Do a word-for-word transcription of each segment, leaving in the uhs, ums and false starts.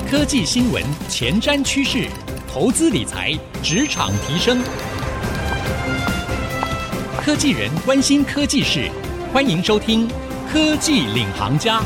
科技新闻、前瞻趋势、投资理财、职场提升，科技人关心科技事，欢迎收听《科技领航家》。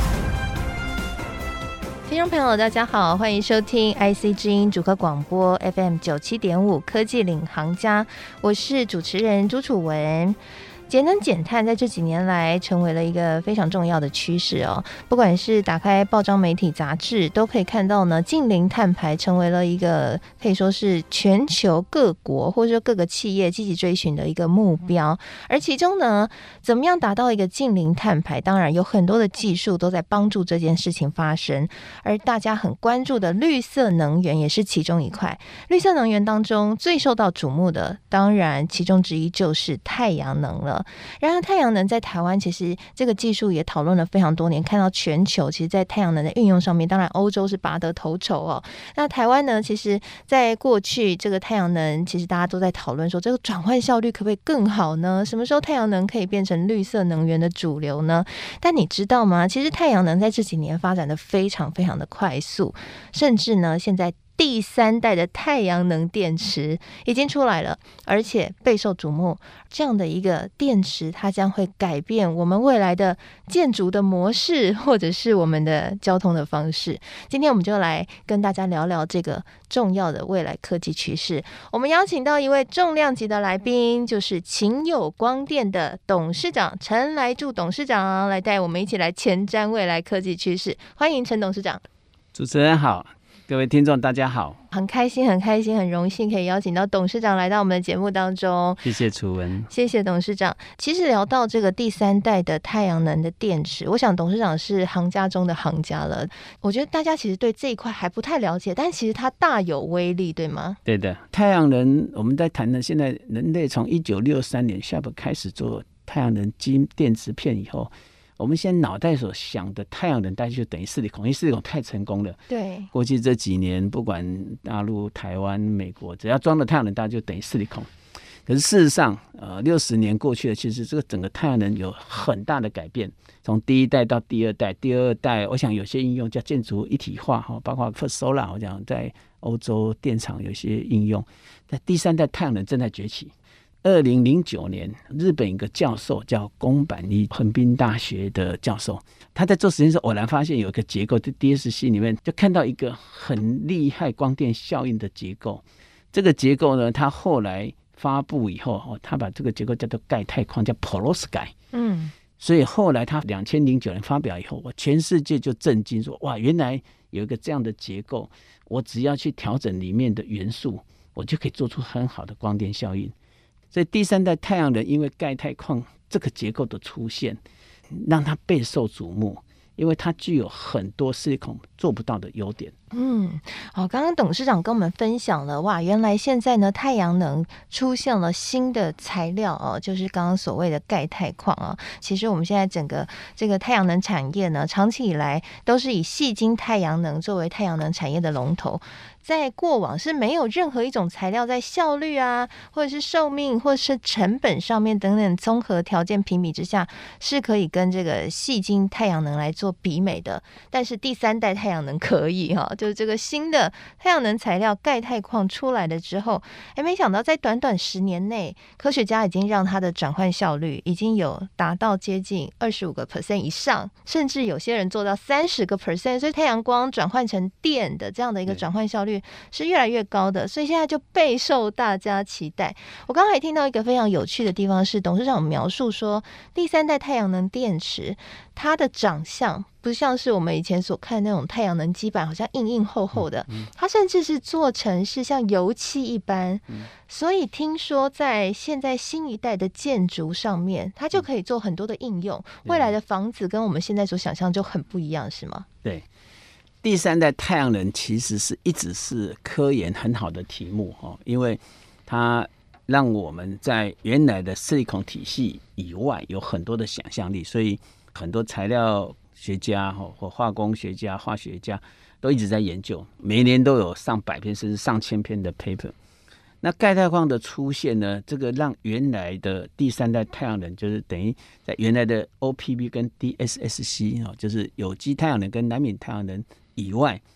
听众朋友大家好，欢迎收听 I C 之音主客广播 F M 九七点五科技领航家，我是主持人朱楚文。节能减碳在这几年来成为了一个非常重要的趋势哦。不管是打开报章媒体杂志，都可以看到呢，净零碳排成为了一个可以说是全球各国或者说各个企业积极追寻的一个目标。而其中呢，怎么样达到一个净零碳排，当然有很多的技术都在帮助这件事情发生。而大家很关注的绿色能源也是其中一块。绿色能源当中最受到瞩目的，当然其中之一就是太阳能了。然而太阳能在台湾其实这个技术也讨论了非常多年，看到全球其实在太阳能的运用上面，当然欧洲是拔得头筹哦。那台湾呢，其实在过去这个太阳能其实大家都在讨论说，这个转换效率可不可以更好呢？什么时候太阳能可以变成绿色能源的主流呢？但你知道吗？其实太阳能在这几年发展的非常非常的快速，甚至呢现在第三代的太阳能电池已经出来了，而且备受瞩目。这样的一个电池，它将会改变我们未来的建筑的模式，或者是我们的交通的方式。今天我们就来跟大家聊聊这个重要的未来科技趋势。我们邀请到一位重量级的来宾，就是勤友光电的董事长陈来助董事长，来带我们一起来前瞻未来科技趋势。欢迎陈董事长。 主持人好，各位听众大家好， 很开心很开心很荣幸可以邀请到董事长来到我们的节目当中。 谢谢楚文， 谢谢董事长。其实聊到这个第三代的太阳能的电池，我想董事长是行家中的行家了。我觉得大家其实对这一块还不太了解，但其实它大有威力，对吗？ 对的，太阳能我们在谈的，现在人类从一九六三年夏普开始做太阳能基电池片以后，我们现在脑袋所想的太阳能大概就等于四力孔，因为四力孔太成功了。 对， 过去这几年不管大陆、台湾、美国，只要装了太阳能，大概就等于四力孔。可是事实上，呃，六十年过去了，其实这个整个太阳能有很大的改变，从第一代到第二代，第二代，我想有些应用叫建筑一体化，包括 First Solar， 我讲在欧洲电厂有一些应用。在第三代太阳能正在崛起。二零零九年，日本一个教授叫宫坂一，横滨大学的教授，他在做实验室偶然发现有一个结构，在 D S C 里面就看到一个很厉害光电效应的结构。这个结构呢，他后来发布以后，他把这个结构叫做钙钛矿，叫 Perovskite。嗯，所以后来他二零零九年发表以后，我全世界就震惊说，哇，原来有一个这样的结构，我只要去调整里面的元素，我就可以做出很好的光电效应。所以第三代太阳能因为钙钛矿这个结构的出现，让它备受瞩目，因为它具有很多四力孔做不到的优点。 嗯，好，刚刚董事长跟我们分享了，哇，原来现在呢太阳能出现了新的材料哦，就是刚刚所谓的钙钛矿啊。其实我们现在整个这个太阳能产业呢，长期以来都是以矽晶太阳能作为太阳能产业的龙头。在过往是没有任何一种材料在效率啊，或者是寿命，或者是成本上面等等综合条件评比之下，是可以跟这个矽晶太阳能来做比美的。但是第三代太阳能可以哈、哦，就是这个新的太阳能材料钙钛矿出来了之后，哎，没想到在短短十年内，科学家已经让它的转换效率已经有达到接近二十五个 percent 以上，甚至有些人做到三十个 percent， 所以太阳光转换成电的这样的一个转换效率是越来越高的，所以现在就备受大家期待。我刚才听到一个非常有趣的地方是，董事长描述说，第三代太阳能电池它的长相不像是我们以前所看的那种太阳能基板，好像硬硬厚厚的，它甚至是做成是像油漆一般。所以听说在现在新一代的建筑上面，它就可以做很多的应用，未来的房子跟我们现在所想象就很不一样，是吗？ 对，第三代太阳能其实是一直是科研很好的题目，因为它让我们在原来的四力孔体系以外有很多的想象力，所以很多材料学家或化工学家、化学家都一直在研究，每年都有上百篇甚至上千篇的 paper。那钙钛矿的出现呢，这个让原来的第三代太阳能，就是等于在原来的 O P V 跟 D S S C 就是有机太阳能跟南锰太阳能以外，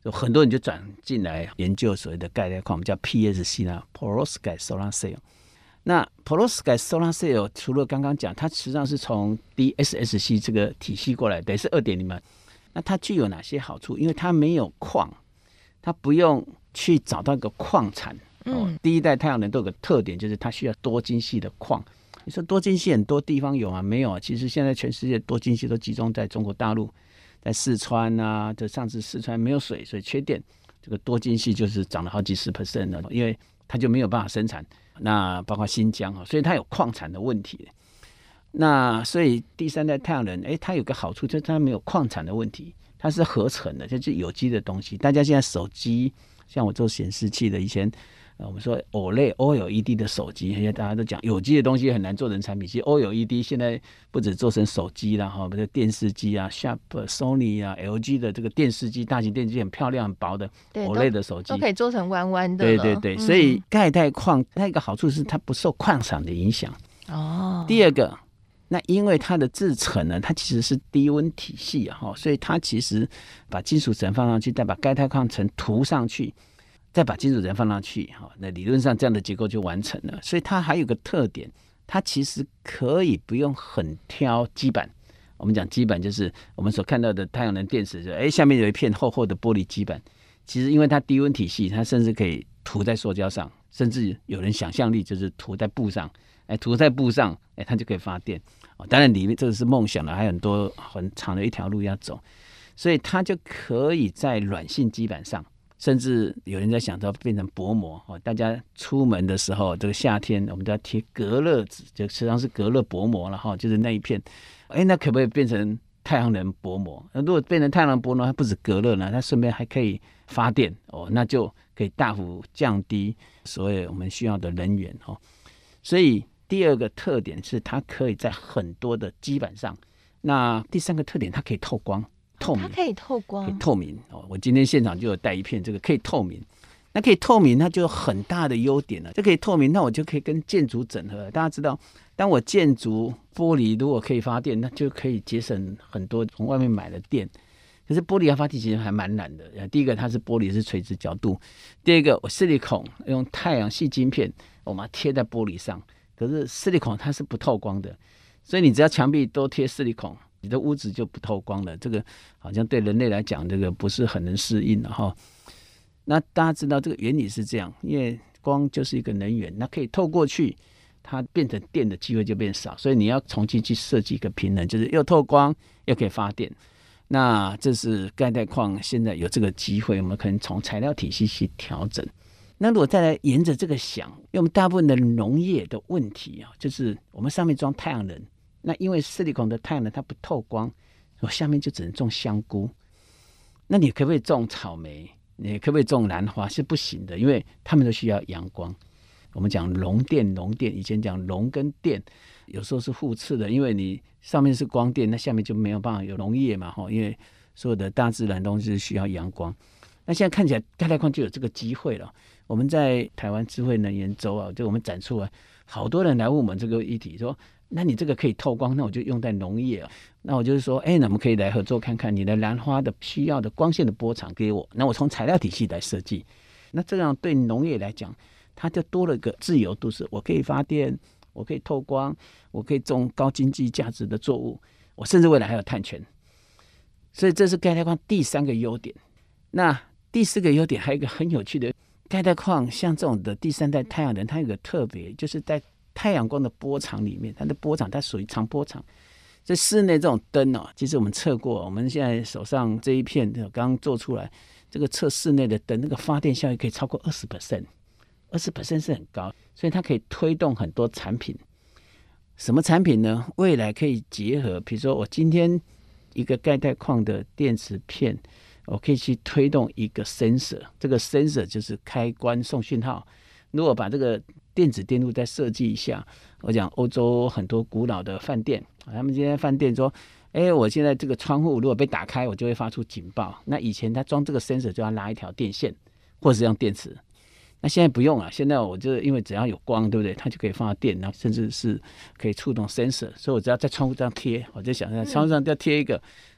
很多人就转进来研究所谓的钙钛矿，我们叫 P S C 啦 ，Perovskite Solar Cell。那 Perovskite Solar Cell 除了刚刚讲，它实际上是从 D S S C 这个体系过来，等于是 二点零 嘛。那它具有哪些好处？因为它没有矿，它不用去找到一个矿产。哦，第一代太阳能都有个特点，就是它需要多晶系的矿。你说多晶系很多地方有吗？没有啊。其实现在全世界多晶系都集中在中国大陆，在四川啊。这上次四川没有水，所以缺电，这个多晶系就是涨了好几十 percent 了，因为它就没有办法生产。那包括新疆，所以它有矿产的问题。那所以第三代太阳能，哎，它有个好处，就是它没有矿产的问题，它是合成的，就是有机的东西。大家现在手机，像我做显示器的，以前我们说 O L E D O L E D 的手机，现在大家都讲有机的东西很难做成产品。其实 O L E D 现在不止做成手机啦，哈，比如电视机啊 ，Sharp、Sony 啊 ，L G 的这个电视机，大型电视机很漂亮、很薄的 O L E D 的手机都可以做成弯弯的了。对对对，嗯、所以钙钛矿它一个好处是它不受矿场的影响。哦。第二个，那因为它的制程呢，它其实是低温体系啊，所以它其实把金属层放上去，再把钙钛矿层涂上去。再把金属层放上去，那理论上这样的结构就完成了。所以它还有个特点，它其实可以不用很挑基板。我们讲基板就是我们所看到的太阳能电池，就哎下面有一片厚厚的玻璃基板。其实因为它低温体系，它甚至可以涂在塑胶上，甚至有人想象力就是涂在布上，哎涂在布上，哎它就可以发电。当然里面这个是梦想了，还有很多很长的一条路要走，所以它就可以在软性基板上。甚至有人在想到变成薄膜，大家出门的时候，这个夏天我们都要贴隔热纸，就实际上是隔热薄膜了哈，就是那一片。哎，那可不可以变成太阳能薄膜？那如果变成太阳能薄膜，它不止隔热呢，它顺便还可以发电哦，那就可以大幅降低所谓我们需要的能源哦。所以第二个特点是它可以在很多的基板上。那第三个特点，它可以透光。透明， 它可以透光， 可以透明哦。我今天现场就有带一片，这个可以透明。那可以透明，它就有很大的优点了。这可以透明，那我就可以跟建筑整合。大家知道，当我建筑玻璃如果可以发电，那就可以节省很多从外面买的电。可是玻璃要发电其实还蛮难的。第一个，它是玻璃是垂直角度；第二个，我矽利孔用太阳系晶片，我们贴在玻璃上。可是矽利孔它是不透光的，所以你只要墙壁都贴矽利孔，你的屋子就不透光了，这个好像对人类来讲，这个不是很能适应了哈。那大家知道这个原理是这样，因为光就是一个能源，那可以透过去，它变成电的机会就变少，所以你要重新去设计一个平衡，就是又透光又可以发电。那这是钙钛矿现在有这个机会，我们可能从材料体系去调整。那如果再来沿着这个想，因为我们大部分的农业的问题啊，就是我们上面装太阳能。那因为矽利孔的太阳能它不透光，我下面就只能种香菇。那你可不可以种草莓？你可不可以种兰花？是不行的，因为它们都需要阳光。我们讲龙电，龙电以前讲龙跟电有时候是互斥的，因为你上面是光电，那下面就没有办法有农业嘛，因为所有的大自然东西需要阳光。那现在看起来钙钛矿就有这个机会了。我们在台湾智慧能源周啊，就我们展出来，好多人来问我们这个议题，说那你这个可以透光，那我就用在农业啊。那我就是说，哎，那我们可以来合作看看你的兰花的需要的光线的波长给我，那我从材料体系来设计。那这样对农业来讲，它就多了一个自由度，是我可以发电，我可以透光，我可以种高经济价值的作物，我甚至未来还有碳权。所以这是钙钛矿第三个优点。那第四个优点还有一个很有趣的，钙钛矿像这种的第三代太阳能，它有一个特别，就是在太阳光的波长里面，它的波长它属于长波长。在室内这种灯哦，其实我们测过，我们现在手上这一片刚刚做出来，这个测室内的灯，那个发电效益可以超过 百分之二十， 百分之二十 是很高，所以它可以推动很多产品。什么产品呢？未来可以结合，比如说我今天一个钙钛矿的电池片，我可以去推动一个 sensor， 这个 sensor 就是开关送讯号。如果把这个电子电路再设计一下，我讲欧洲很多古老的饭店，他们今天饭店说，哎，我现在这个窗户如果被打开，我就会发出警报。那以前他装这个 sensor 就要拉一条电线，或是用电池。那现在不用了，现在我就因为只要有光，对不对？它就可以放到电，然后甚至是可以触动 sensor， 所以我只要在窗户上贴，我就想在窗户上要贴一个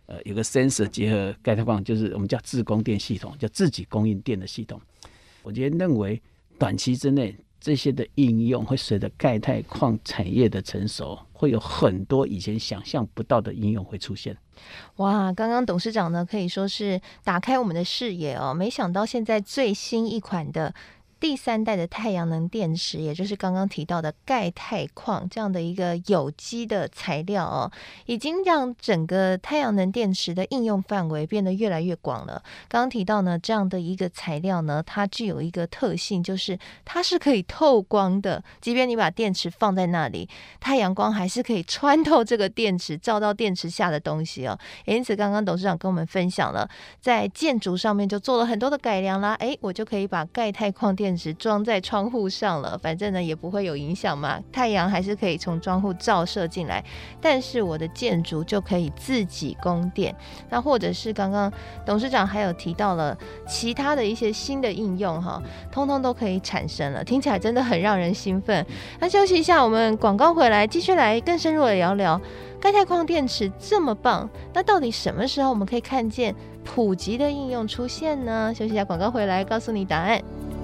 呃有个 sensor 结合钙钛矿，就是我们叫自供电系统，叫自己供应电的系统。我觉得认为短期之内这些的应用会随着钙钛矿产业的成熟，会有很多以前想象不到的应用会出现。 哇，刚刚董事长呢可以说是打开我们的视野哦，没想到现在最新一款的第三代的太阳能电池，也就是刚刚提到的钙钛矿这样的一个有机的材料哦，已经让整个太阳能电池的应用范围变得越来越广了。刚刚提到呢，这样的一个材料呢，它具有一个特性，就是它是可以透光的，即便你把电池放在那里，太阳光还是可以穿透这个电池，照到电池下的东西哦。也因此，刚刚董事长跟我们分享了，在建筑上面就做了很多的改良啦，哎，我就可以把钙钛矿电池装在窗户上了，反正呢也不会有影响嘛，太阳还是可以从窗户照射进来，但是我的建筑就可以自己供电。那或者是刚刚董事长还有提到了其他的一些新的应用哈，通通都可以产生了，听起来真的很让人兴奋。那休息一下，我们广告回来继续来更深入的聊聊钙钛矿电池这么棒，那到底什么时候我们可以看见普及的应用出现呢？休息一下，广告回来告诉你答案。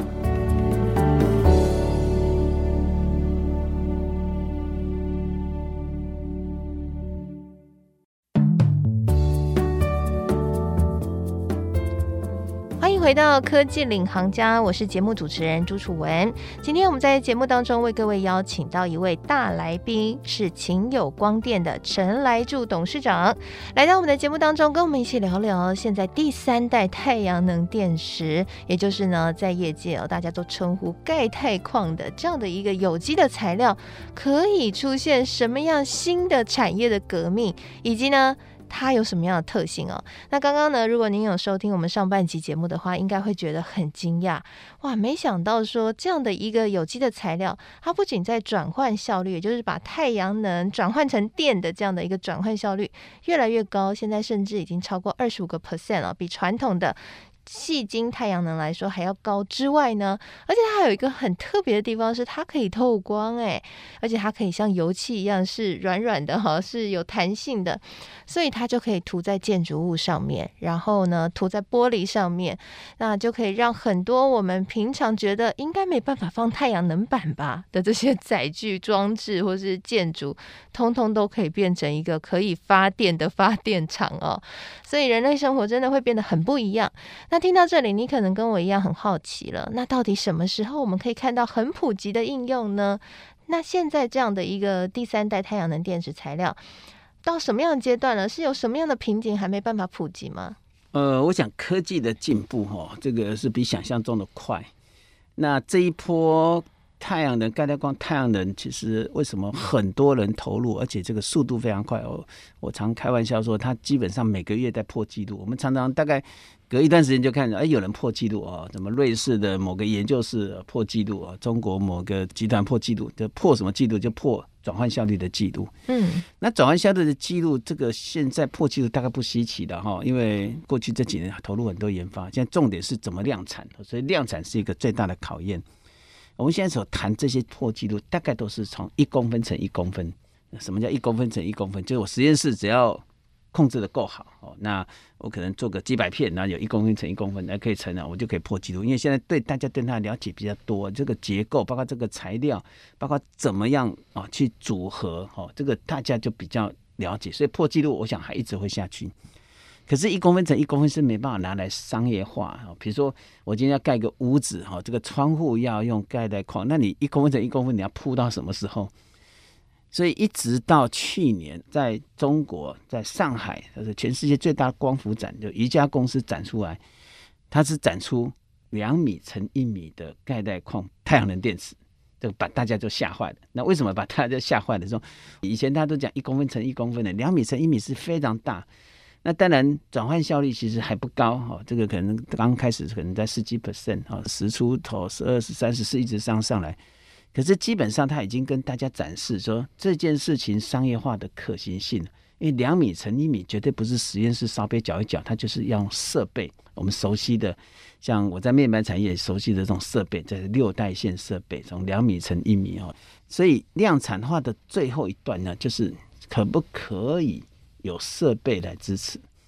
欢迎回到科技领航家，我是节目主持人朱楚文。今天我们在节目当中为各位邀请到一位大来宾，是勤友光电的陈来助董事长，来到我们的节目当中，跟我们一起聊聊现在第三代太阳能电池，也就是呢在业界哦大家都称呼钙钛矿的这样的一个有机的材料，可以出现什么样新的产业的革命，以及呢它有什么样的特性哦？那刚刚呢，如果您有收听我们上半集节目的话，应该会觉得很惊讶，哇！没想到说这样的一个有机的材料，它不仅在转换效率，也就是把太阳能转换成电的这样的一个转换效率越来越高，现在甚至已经超过二十五个 percent 了，比传统的细晶太阳能来说还要高之外呢，而且它还有一个很特别的地方是它可以透光哎，而且它可以像油漆一样是软软的哈，是有弹性的，所以它就可以涂在建筑物上面，然后呢涂在玻璃上面，那就可以让很多我们平常觉得应该没办法放太阳能板吧的这些载具装置或是建筑，通通都可以变成一个可以发电的发电厂哦，所以人类生活真的会变得很不一样。那听到这里，你可能跟我一样很好奇了，那到底什么时候我们可以看到很普及的应用呢？那现在这样的一个第三代太阳能电池材料到什么样的阶段了？是有什么样的瓶颈还没办法普及吗？ 呃，我想科技的进步哦，这个是比想象中的快。那这一波太阳能、钙钛矿、太阳能，其实为什么很多人投入，而且这个速度非常快哦？我常开玩笑说，它基本上每个月在破纪录。我们常常大概隔一段时间就看到，哎，有人破纪录哦，怎么瑞士的某个研究室破纪录啊，中国某个集团破纪录，就破什么纪录？就破转换效率的纪录。嗯，那转换效率的纪录，这个现在破纪录大概不稀奇的哈，因为过去这几年投入很多研发，现在重点是怎么量产，所以量产是一个最大的考验。我们现在所谈这些破纪录，大概都是从一公分乘一公分。什么叫一公分乘一公分？就是我实验室只要控制的够好，哦，那我可能做个几百片，然后有一公分乘一公分，那可以乘了，我就可以破纪录。因为现在对大家对它的了解比较多，这个结构，包括这个材料，包括怎么样啊去组合，哦，这个大家就比较了解，所以破纪录，我想还一直会下去。可是，一公分乘一公分是没办法拿来商业化。比如说，我今天要盖个屋子，这个窗户要用钙钛矿，那你一公分乘一公分，你要铺到什么时候？所以，一直到去年，在中国，在上海，就是全世界最大的光伏展，就一家公司展出来，它是展出两米乘一米的钙钛矿太阳能电池。就把大家就吓坏了。那为什么把大家吓坏了？说以前大家都讲一公分乘一公分的，两米乘一米是非常大。那当然，转换效率其实还不高，哦，这个可能刚开始可能在十几 percent， 哦，十出头、十二、十三、十四一直上上来。可是基本上，他已经跟大家展示说这件事情商业化的可行性。因为两米乘一米绝对不是实验室烧杯搅一搅，它就是要用设备，我们熟悉的，像我在面板产业熟悉的这种设备，这是六代线设备，从两米乘一米哦。所以量产化的最后一段呢，就是可不可以有设备来支持？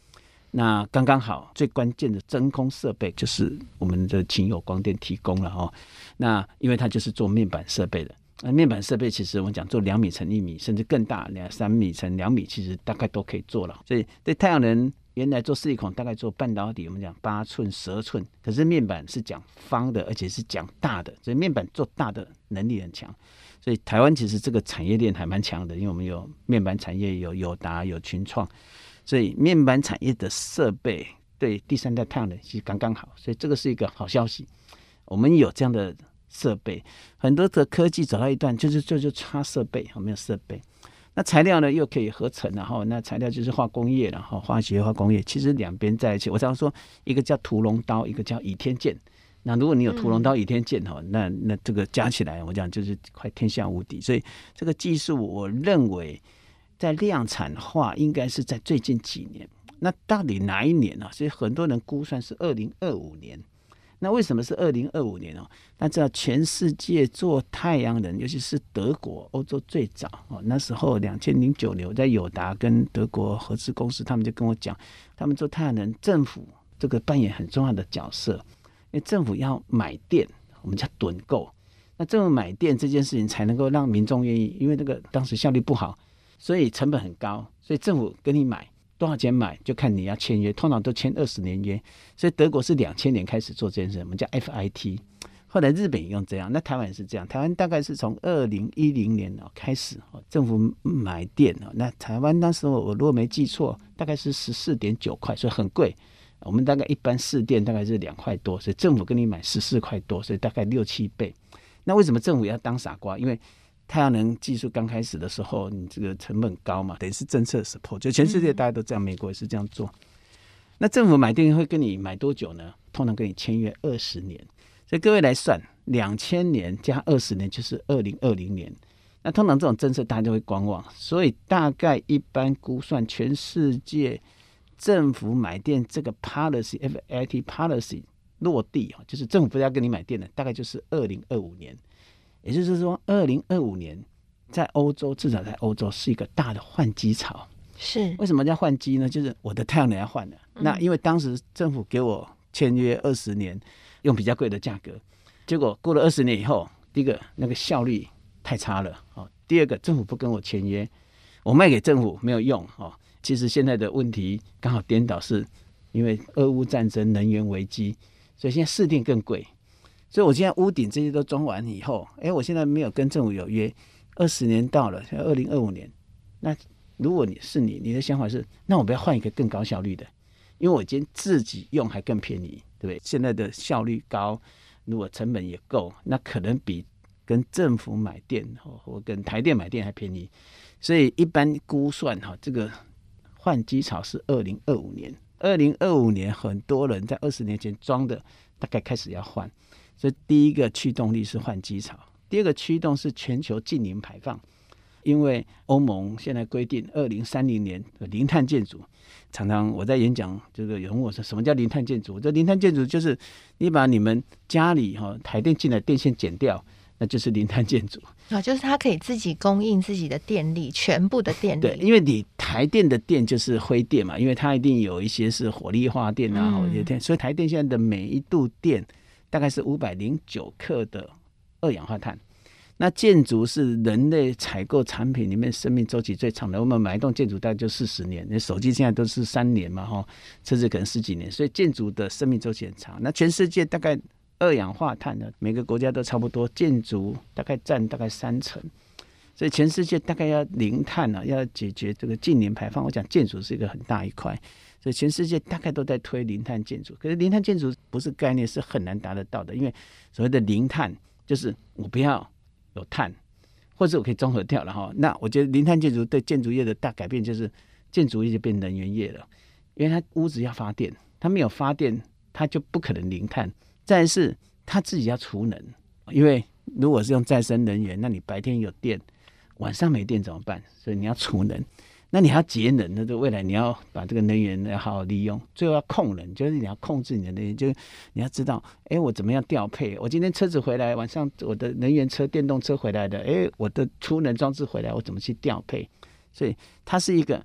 那刚刚好，最关键的真空设备就是我们的勤友光电提供了哦。那因为它就是做面板设备的，那面板设备其实我们讲做两米乘一米，甚至更大，两三米乘两米，其实大概都可以做了。所以对太阳能原来做矽利康大概做半导体，我们讲八寸、十二寸，可是面板是讲方的，而且是讲大的，所以面板做大的能力很强。所以台湾其实这个产业链还蛮强的，因为我们有面板产业，有友达，有群创。所以面板产业的设备对第三代太阳能其实刚刚好，所以这个是一个好消息。我们有这样的设备，很多的科技走到一段就是就就差设备，没有设备。那材料呢又可以合成，然后那材料就是化工业，然后化学化工业，其实两边在一起。我常说一个叫屠龙刀，一个叫倚天剑。那如果你有屠龙刀、倚天剑，嗯、那那这个加起来，我讲就是快天下无敌。所以这个技术，我认为在量产化应该是在最近几年。那到底哪一年呢、啊？所以很多人估算是二零二五年。那为什么是二零二五年哦？大家知道全世界做太阳能，尤其是德国、欧洲最早哦。那时候两千零九年，我在友达跟德国合资公司，他们就跟我讲，他们做太阳能，政府这个扮演很重要的角色，因为政府要买电，我们叫趸购。那政府买电这件事情才能够让民众愿意，因为那个当时效率不好，所以成本很高，所以政府跟你买。多少钱买就看你要签约，通常都签二十年约，所以德国是两千年开始做这件事，我们叫 F I T， 后来日本也用这样，那台湾也是这样，台湾大概是从二零一零年开始政府买电，那台湾那时候我如果没记错大概是十四点九块，所以很贵，我们大概一般市电大概是两块多，所以政府跟你买十四块多，所以大概六七倍。那为什么政府要当傻瓜？因为太阳能技术刚开始的时候，你这个成本高嘛，等于是政策 support， 就全世界大家都这样，美国也是这样做。那政府买电会跟你买多久呢？通常跟你签约二十年，所以各位来算，两千年加二十年就是二零二零年。那通常这种政策大家就会观望，所以大概一般估算，全世界政府买电这个 policy F I T policy 落地，就是政府不是要跟你买电的，大概就是二零二五年。也就是说二零二五年在欧洲，至少在欧洲是一个大的换机潮。 是为什么叫换机呢？就是我的太阳能要换了、嗯、那因为当时政府给我签约二十年，用比较贵的价格，结果过了二十年以后，第一个那个效率太差了、哦、第二个政府不跟我签约，我卖给政府没有用、哦、其实现在的问题刚好颠倒，是因为俄乌战争、能源危机，所以现在市电更贵。所以我现在屋顶这些都装完以后，哎，我现在没有跟政府有约，二十年到了，现在二零二五年，那如果你是你，你的想法是，那我不要换一个更高效率的，因为我今天自己用还更便宜，对不对？现在的效率高，如果成本也够，那可能比跟政府买电或跟台电买电还便宜。所以一般估算哈，这个换机潮是二零二五年，二零二五年很多人在二十年前装的，大概开始要换。所以第一个驱动力是换机潮，第二个驱动是全球净零排放，因为欧盟现在规定二零三零年零碳建筑。常常我在演讲，这个有人问我说什么叫零碳建筑？这零碳建筑就是你把你们家里台电进来电线剪掉，那就是零碳建筑、 哦、就是它可以自己供应自己的电力，全部的电力。 对，因为你台电的电就是灰电嘛，因为它一定有一些是火力发电啊、嗯、电，所以台电现在的每一度电大概是五百零九克的二氧化碳。那建筑是人类采购产品里面生命周期最长的，我们买一栋建筑大概就四十年，那手机现在都是三年嘛，车子可能十几年，所以建筑的生命周期很长。那全世界大概二氧化碳呢，每个国家都差不多，建筑大概占大概三成，所以全世界大概要零碳、啊、要解决这个净零排放，我讲建筑是一个很大一块，所以全世界大概都在推零碳建筑。可是零碳建筑不是概念，是很难达得到的，因为所谓的零碳就是我不要有碳，或者我可以综合掉了哈。那我觉得零碳建筑对建筑业的大改变就是建筑业就变能源业了，因为它屋子要发电，它没有发电它就不可能零碳。再来是它自己要储能，因为如果是用再生能源，那你白天有电，晚上没电怎么办？所以你要储能，那你还要节能，那未来你要把这个能源要好好利用，最后要控能，就是你要控制你的能源，就是你要知道，哎，我怎么样调配？我今天车子回来，晚上我的能源车、电动车回来的，哎，我的储能装置回来，我怎么去调配？所以它是一个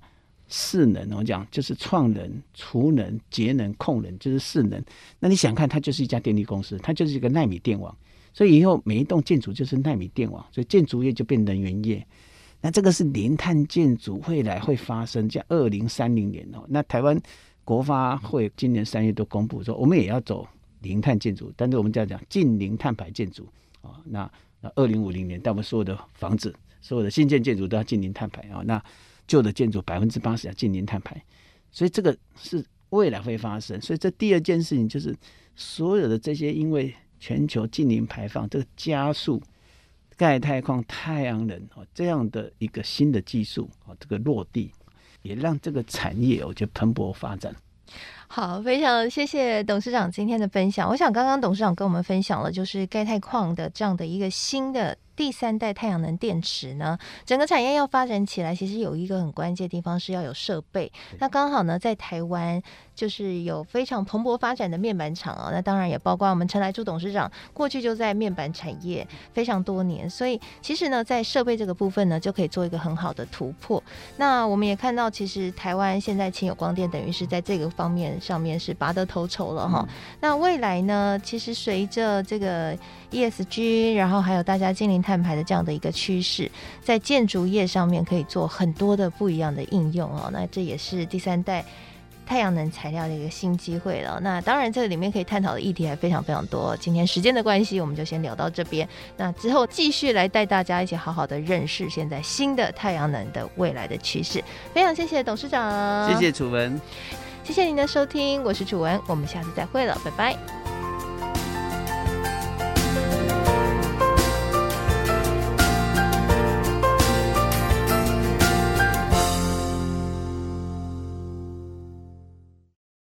四能，我讲就是创能、储能、节能、控能，就是四能。那你想看，它就是一家电力公司，它就是一个奈米电网，所以以后每一栋建筑就是奈米电网，所以建筑业就变能源业。那这个是零碳建筑未来会发生，在二零三零年哦。那台湾国发会今年三月都公布说，我们也要走零碳建筑，但是我们在讲近零碳排建筑啊。那二零五零年，但我们所有的房子、所有的新建建筑都要近零碳排啊。那旧的建筑百分之八十要近零碳排，所以这个是未来会发生。所以这第二件事情就是，所有的这些因为全球近零排放这个加速。钙钛矿、太阳能这样的一个新的技术，这个落地也让这个产业我觉得蓬勃发展。 好，非常谢谢董事长今天的分享。我想刚刚董事长跟我们分享了就是钙钛矿的这样的一个新的第三代太阳能电池呢，整个产业要发展起来，其实有一个很关键的地方是要有设备。那刚好呢，在台湾就是有非常蓬勃发展的面板厂哦，那当然也包括我们陈来助董事长过去就在面板产业非常多年，所以其实呢，在设备这个部分呢，就可以做一个很好的突破。那我们也看到，其实台湾现在清友光电等于是在这个方面上面是拔得头筹了哈、嗯。那未来呢，其实随着这个 E S G， 然后还有大家近零碳排的这样的一个趋势，在建筑业上面可以做很多的不一样的应用哦。那这也是第三代太阳能材料的一个新机会了。那当然，这个里面可以探讨的议题还非常非常多。今天时间的关系，我们就先聊到这边。那之后继续来带大家一起好好的认识现在新的太阳能的未来的趋势。非常谢谢董事长， 谢谢楚文， 谢谢您的收听，我是楚文，我们下次再会了，拜拜。